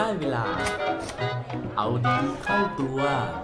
ได้เวลาเอาดีเข้าตัว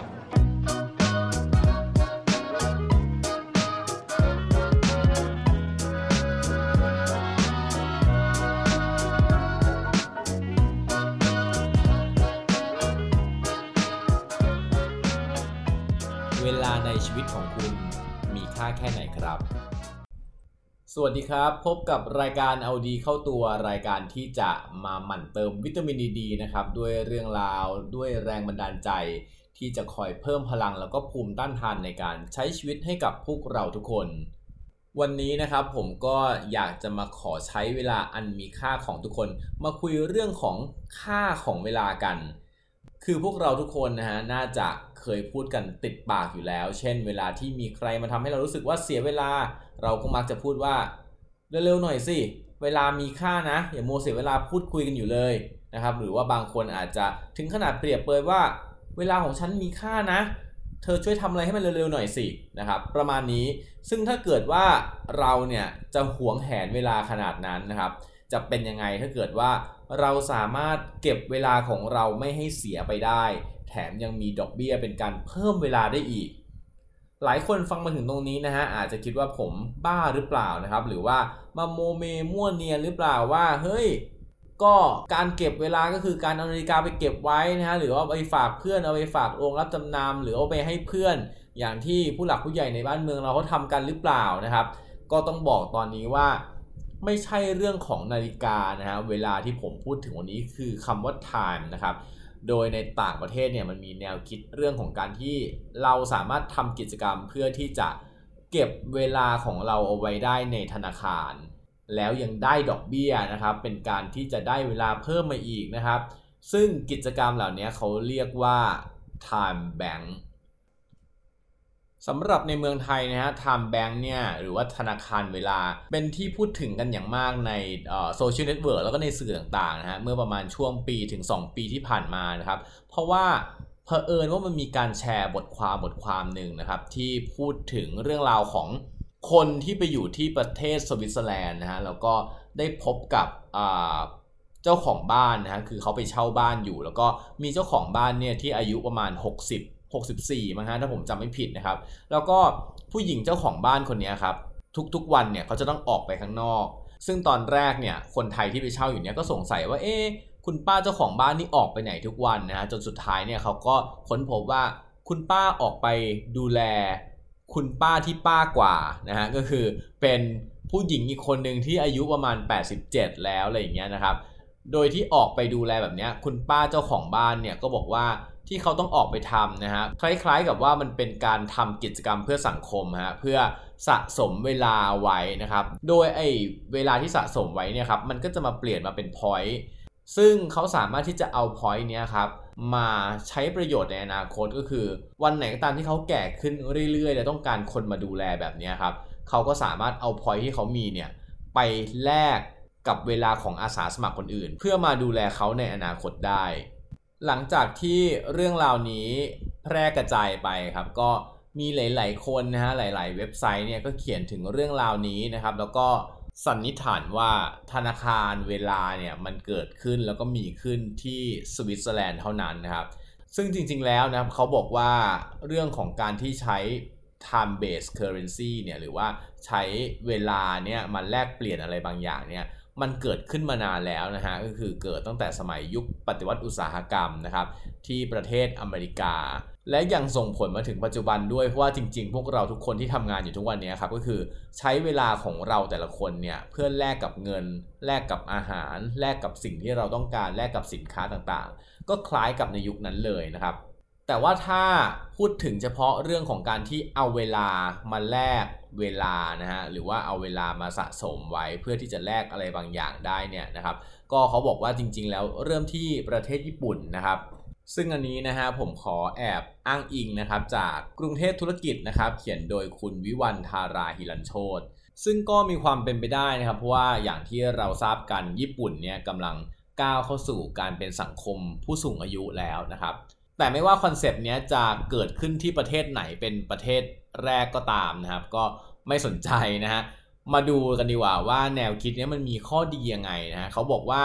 เวลาในชีวิตของคุณมีค่าแค่ไหนครับสวัสดีครับพบกับรายการเอาดีเข้าตัวรายการที่จะมาหมั่นเติมวิตามินดีนะครับด้วยเรื่องราวด้วยแรงบันดาลใจที่จะคอยเพิ่มพลังแล้วก็ภูมิต้านทานในการใช้ชีวิตให้กับพวกเราทุกคนวันนี้นะครับผมก็อยากจะมาขอใช้เวลาอันมีค่าของทุกคนมาคุยเรื่องของค่าของเวลากันคือพวกเราทุกคนนะฮะน่าจะเคยพูดกันติดปากอยู่แล้วเช่นเวลาที่มีใครมาทำให้เรารู้สึกว่าเสียเวลาเราก็มักจะพูดว่าเร็วๆหน่อยสิเวลามีค่านะอย่ามัวเสียเวลาพูดคุยกันอยู่เลยนะครับหรือว่าบางคนอาจจะถึงขนาดเปรียบเปรยว่าเวลาของฉันมีค่านะเธอช่วยทำอะไรให้มันเร็วๆหน่อยสินะครับประมาณนี้ซึ่งถ้าเกิดว่าเราเนี่ยจะหวงแหนเวลาขนาดนั้นนะครับจะเป็นยังไงถ้าเกิดว่าเราสามารถเก็บเวลาของเราไม่ให้เสียไปได้แถมยังมีดอกเบี้ยเป็นการเพิ่มเวลาได้อีกหลายคนฟังมาถึงตรงนี้นะฮะอาจจะคิดว่าผมบ้าหรือเปล่านะครับหรือว่ามาโมเมมั่วเนียนหรือเปล่าว่าเฮ้ยก็การเก็บเวลาก็คือการเอานาฬิกาไปเก็บไว้นะฮะหรือว่าไปฝากเพื่อนเอาไปฝากโรงรับจำนำหรือเอาไปให้เพื่อนอย่างที่ผู้หลักผู้ใหญ่ในบ้านเมืองเราเขาทำกันหรือเปล่านะครับก็ต้องบอกตอนนี้ว่าไม่ใช่เรื่องของนาฬิกานะฮะเวลาที่ผมพูดถึงวันนี้คือคำว่า time นะครับโดยในต่างประเทศเนี่ยมันมีแนวคิดเรื่องของการที่เราสามารถทำกิจกรรมเพื่อที่จะเก็บเวลาของเราเอาไว้ได้ในธนาคารแล้วยังได้ดอกเบี้ยนะครับเป็นการที่จะได้เวลาเพิ่มมาอีกนะครับซึ่งกิจกรรมเหล่านี้เขาเรียกว่า time bankสำหรับในเมืองไทยนะฮะ Time Bank เนี่ยหรือว่าธนาคารเวลาเป็นที่พูดถึงกันอย่างมากในโซเชียลเน็ตเวิร์กแล้วก็ในสื่อต่างๆนะฮะเมื่อประมาณช่วงปีถึง2ปีที่ผ่านมานะครับเพราะว่าเผอิญว่ามันมีการแชร์บทความหนึ่งนะครับที่พูดถึงเรื่องราวของคนที่ไปอยู่ที่ประเทศสวิตเซอร์แลนด์นะฮะแล้วก็ได้พบกับเจ้าของบ้านนะฮะคือเขาไปเช่าบ้านอยู่แล้วก็มีเจ้าของบ้านเนี่ยที่อายุประมาณ64มั้งฮะถ้าผมจำไม่ผิดนะครับแล้วก็ผู้หญิงเจ้าของบ้านคนนี้ครับทุกๆวันเนี่ยเขาจะต้องออกไปข้างนอกซึ่งตอนแรกเนี่ยคนไทยที่ไปเช่าอยู่เนี่ยก็สงสัยว่าคุณป้าเจ้าของบ้านนี่ออกไปไหนทุกวันนะฮะจนสุดท้ายเนี่ยเขาก็ค้นพบว่าคุณป้าออกไปดูแลคุณป้าที่ป้ากว่านะฮะก็คือเป็นผู้หญิงอีกคนหนึ่งที่อายุประมาณ87แล้วอะไรอย่างเงี้ยนะครับโดยที่ออกไปดูแลแบบนี้คุณป้าเจ้าของบ้านเนี่ยก็บอกว่าที่เขาต้องออกไปทำนะฮะคล้ายๆกับว่ามันเป็นการทำกิจกรรมเพื่อสังคมฮะเพื่อสะสมเวลาไว้นะครับโดยเวลาที่สะสมไว้เนี่ยครับมันก็จะมาเปลี่ยนมาเป็น point ซึ่งเขาสามารถที่จะเอา point เนี้ยครับมาใช้ประโยชน์ในอนาคตก็คือวันไหนก็ตามที่เขาแก่ขึ้นเรื่อยๆและต้องการคนมาดูแลแบบนี้ครับเขาก็สามารถเอา point ที่เขามีเนี่ยไปแลกกับเวลาของอาสาสมัครคนอื่นเพื่อมาดูแลเขาในอนาคตได้หลังจากที่เรื่องราวนี้แพร่กระจายไปครับก็มีหลายๆคนนะฮะหลายๆเว็บไซต์เนี่ยก็เขียนถึงเรื่องราวนี้นะครับแล้วก็สันนิษฐานว่าธนาคารเวลาเนี่ยมันเกิดขึ้นแล้วก็มีขึ้นที่สวิตเซอร์แลนด์เท่านั้นนะครับซึ่งจริงๆแล้วนะครับเขาบอกว่าเรื่องของการที่ใช้ time based currency เนี่ยหรือว่าใช้เวลาเนี่ยมาแลกเปลี่ยนอะไรบางอย่างเนี่ยมันเกิดขึ้นมานานแล้วนะฮะก็คือเกิดตั้งแต่สมัยยุคปฏิวัติอุตสาหกรรมนะครับที่ประเทศอเมริกาและยังส่งผลมาถึงปัจจุบันด้วยเพราะว่าจริงๆพวกเราทุกคนที่ทำงานอยู่ทุกวันนี้ครับก็คือใช้เวลาของเราแต่ละคนเนี่ยเพื่อแลกกับเงินแลกกับอาหารแลกกับสิ่งที่เราต้องการแลกกับสินค้าต่างๆก็คล้ายกับในยุคนั้นเลยนะครับแต่ว่าถ้าพูดถึงเฉพาะเรื่องของการที่เอาเวลามาแลกเวลานะฮะหรือว่าเอาเวลามาสะสมไว้เพื่อที่จะแลกอะไรบางอย่างได้เนี่ยนะครับก็เขาบอกว่าจริงๆแล้วเริ่มที่ประเทศญี่ปุ่นนะครับซึ่งอันนี้นะฮะผมขอแอบอ้างอิงนะครับจากกรุงเทพธุรกิจนะครับเขียนโดยคุณวิวัฒน์ธาราหิรัญโชติซึ่งก็มีความเป็นไปได้นะครับเพราะว่าอย่างที่เราทราบกันญี่ปุ่นเนี่ยกำลังก้าวเข้าสู่การเป็นสังคมผู้สูงอายุแล้วนะครับแต่ไม่ว่าคอนเซปต์นี้จะเกิดขึ้นที่ประเทศไหนเป็นประเทศแรกก็ตามนะครับก็ไม่สนใจนะฮะมาดูกันดีกว่าว่าแนวคิดนี้มันมีข้อดียังไงนะฮะเขาบอกว่า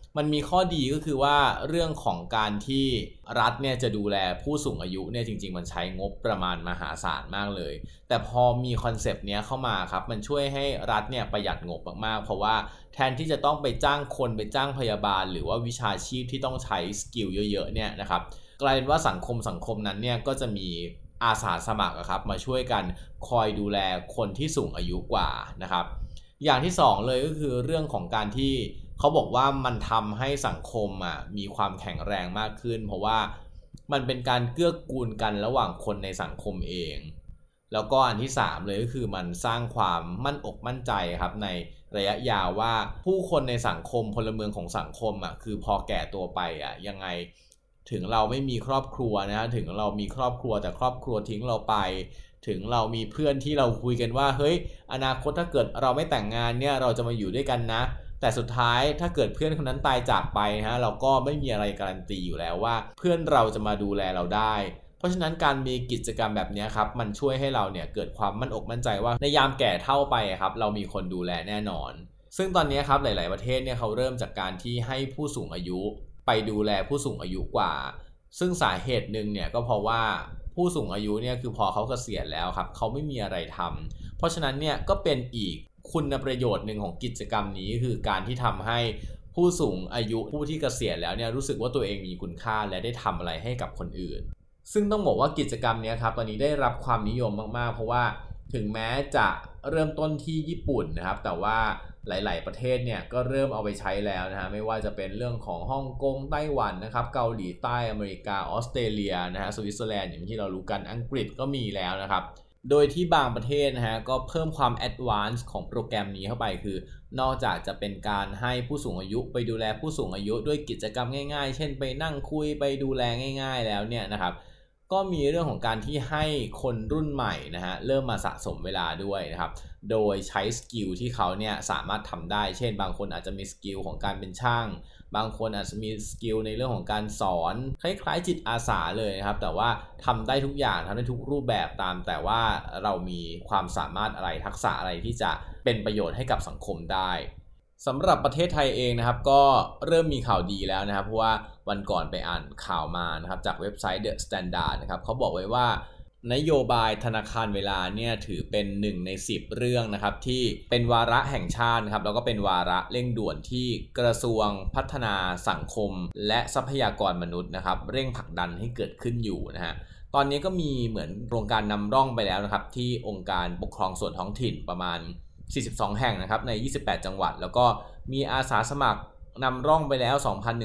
มันมีข้อดีก็คือว่าเรื่องของการที่รัฐเนี่ยจะดูแลผู้สูงอายุเนี่ยจริงๆมันใช้งบประมาณมหาศาลมากเลยแต่พอมีคอนเซปต์เนี้ยเข้ามาครับมันช่วยให้รัฐเนี่ยประหยัดงบมากๆเพราะว่าแทนที่จะต้องไปจ้างคนไปจ้างพยาบาลหรือว่าวิชาชีพที่ต้องใช้สกิลเยอะๆเนี่ยนะครับกลายเป็นว่าสังคมนั้นเนี่ยก็จะมีอาสาสมัครครับมาช่วยกันคอยดูแลคนที่สูงอายุกว่านะครับอย่างที่2เลยก็คือเรื่องของการที่เขาบอกว่ามันทำให้สังคมมีความแข็งแรงมากขึ้นเพราะว่ามันเป็นการเกื้อกูลกันระหว่างคนในสังคมเองแล้วก็อันที่3เลยก็คือมันสร้างความมั่นอกมั่นใจครับในระยะยาวว่าผู้คนในสังคมพลเมืองของสังคมคือพอแก่ตัวไปยังไงถึงเราไม่มีครอบครัวนะถึงเรามีครอบครัวแต่ครอบครัวทิ้งเราไปถึงเรามีเพื่อนที่เราคุยกันว่าเฮ้ยอนาคตถ้าเกิดเราไม่แต่งงานเนี่ยเราจะมาอยู่ด้วยกันนะแต่สุดท้ายถ้าเกิดเพื่อนคนนั้นตายจากไปนะเราก็ไม่มีอะไรการันตีอยู่แล้วว่าเพื่อนเราจะมาดูแลเราได้เพราะฉะนั้นการมีกิจกรรมแบบนี้ครับมันช่วยให้เราเนี่ยเกิดความมั่นอกมั่นใจว่าในยามแก่เฒ่าไปครับเรามีคนดูแลแน่นอนซึ่งตอนนี้ครับหลายๆประเทศเนี่ยเขาเริ่มจากการที่ให้ผู้สูงอายุไปดูแลผู้สูงอายุกว่าซึ่งสาเหตุหนึ่งเนี่ยก็เพราะว่าผู้สูงอายุเนี่ยคือพอเขาเกษียณแล้วครับเขาไม่มีอะไรทำเพราะฉะนั้นเนี่ยก็เป็นอีกคุณประโยชน์หนึ่งของกิจกรรมนี้คือการที่ทำให้ผู้สูงอายุผู้ที่เกษียณแล้วเนี่ยรู้สึกว่าตัวเองมีคุณค่าและได้ทำอะไรให้กับคนอื่นซึ่งต้องบอกว่ากิจกรรมนี้ครับตอนนี้ได้รับความนิยมมากๆเพราะว่าถึงแม้จะเริ่มต้นที่ญี่ปุ่นนะครับแต่ว่าหลายๆประเทศเนี่ยก็เริ่มเอาไปใช้แล้วนะฮะไม่ว่าจะเป็นเรื่องของฮ่องกงไต้หวันนะครับเกาหลีใต้อเมริกาออสเตรเลียนะฮะสวิตเซอร์แลนด์อย่างที่เรารู้กันอังกฤษก็มีแล้วนะครับโดยที่บางประเทศนะฮะก็เพิ่มความแอดวานซ์ของโปรแกรมนี้เข้าไปคือนอกจากจะเป็นการให้ผู้สูงอายุไปดูแลผู้สูงอายุด้วยกิจกรรมง่ายๆเช่นไปนั่งคุยไปดูแลง่ายๆแล้วเนี่ยนะครับก็มีเรื่องของการที่ให้คนรุ่นใหม่นะฮะเริ่มมาสะสมเวลาด้วยนะครับโดยใช้สกิลที่เขาเนี่ยสามารถทำได้เช่นบางคนอาจจะมีสกิลของการเป็นช่างบางคนอาจจะมีสกิลในเรื่องของการสอนคล้ายๆจิตอาสาเลยนะครับแต่ว่าทำได้ทุกอย่างทำได้ทุกรูปแบบตามแต่ว่าเรามีความสามารถอะไรทักษะอะไรที่จะเป็นประโยชน์ให้กับสังคมได้สำหรับประเทศไทยเองนะครับก็เริ่มมีข่าวดีแล้วนะครับเพราะว่าวันก่อนไปอ่านข่าวมานะครับจากเว็บไซต์ The Standard นะครับเขาบอกไว้ว่านโยบายธนาคารเวลาเนี่ยถือเป็น1ใน10เรื่องนะครับที่เป็นวาระแห่งชาติครับแล้วก็เป็นวาระเร่งด่วนที่กระทรวงพัฒนาสังคมและทรัพยากรมนุษย์นะครับเร่งผลักดันให้เกิดขึ้นอยู่นะฮะตอนนี้ก็มีเหมือนโครงการนำร่องไปแล้วนะครับที่องค์การปกครองส่วนท้องถิ่นประมาณ42แห่งนะครับใน28จังหวัดแล้วก็มีอาสาสมัครนำร่องไปแล้ว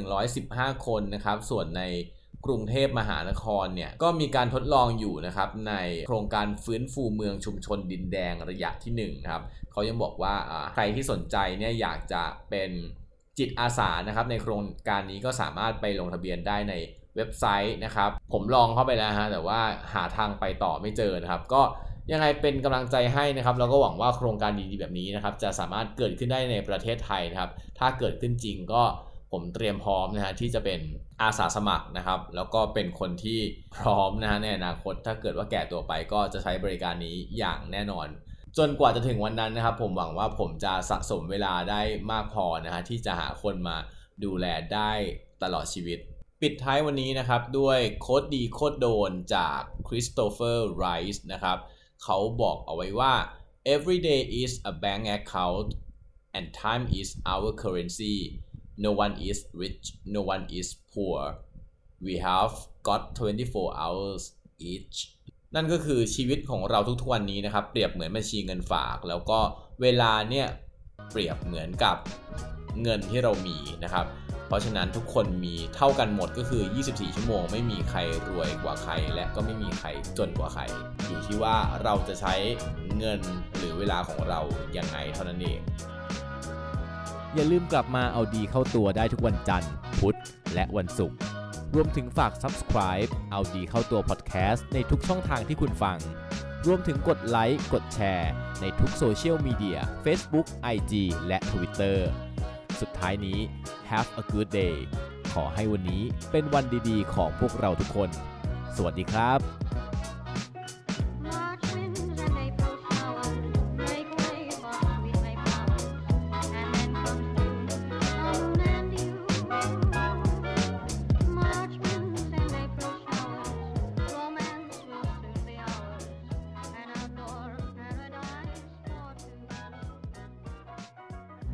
2,115 คนนะครับส่วนในกรุงเทพมหานครเนี่ยก็มีการทดลองอยู่นะครับในโครงการฟื้นฟูเมืองชุมชนดินแดงระยะที่1นะครับเขายังบอกว่าใครที่สนใจเนี่ยอยากจะเป็นจิตอาสานะครับในโครงการนี้ก็สามารถไปลงทะเบียนได้ในเว็บไซต์นะครับผมลองเข้าไปแล้วฮะแต่ว่าหาทางไปต่อไม่เจอนะครับก็ยังไงเป็นกำลังใจให้นะครับแล้วก็หวังว่าโครงการดีๆแบบนี้นะครับจะสามารถเกิดขึ้นได้ในประเทศไทยนะครับถ้าเกิดขึ้นจริงก็ผมเตรียมพร้อมนะฮะที่จะเป็นอาสาสมัครนะครับแล้วก็เป็นคนที่พร้อมนะฮะในอนาคตถ้าเกิดว่าแก่ตัวไปก็จะใช้บริการนี้อย่างแน่นอนจนกว่าจะถึงวันนั้นนะครับผมหวังว่าผมจะสะสมเวลาได้มากพอนะฮะที่จะหาคนมาดูแลได้ตลอดชีวิตปิดท้ายวันนี้นะครับด้วยโค้ดดีโค้ดโดนจากคริสโตเฟอร์ไรส์นะครับเขาบอกเอาไว้ว่า every day is a bank account and time is our currency no one is rich no one is poor we have got 24 hours each นั่นก็คือชีวิตของเราทุกๆวันนี้นะครับเปรียบเหมือนบัญชีเงินฝากแล้วก็เวลาเนี่ยเปรียบเหมือนกับเงินที่เรามีนะครับเพราะฉะนั้นทุกคนมีเท่ากันหมดก็คือ24ชั่วโมงไม่มีใครรวยกว่าใครและก็ไม่มีใครจนกว่าใครอยู่ที่ว่าเราจะใช้เงินหรือเวลาของเรายังไงเท่านั้นเองอย่าลืมกลับมาเอาดีเข้าตัวได้ทุกวันจันทร์พุธและวันศุกร์รวมถึงฝาก Subscribe เอาดีเข้าตัว Podcast ในทุกช่องทางที่คุณฟังรวมถึงกดไลค์กดแชร์ในทุกโซเชียลมีเดีย Facebook IG และ Twitterสุดท้ายนี้ Have a good day ขอให้วันนี้เป็นวันดีๆของพวกเราทุกคนสวัสดีครับ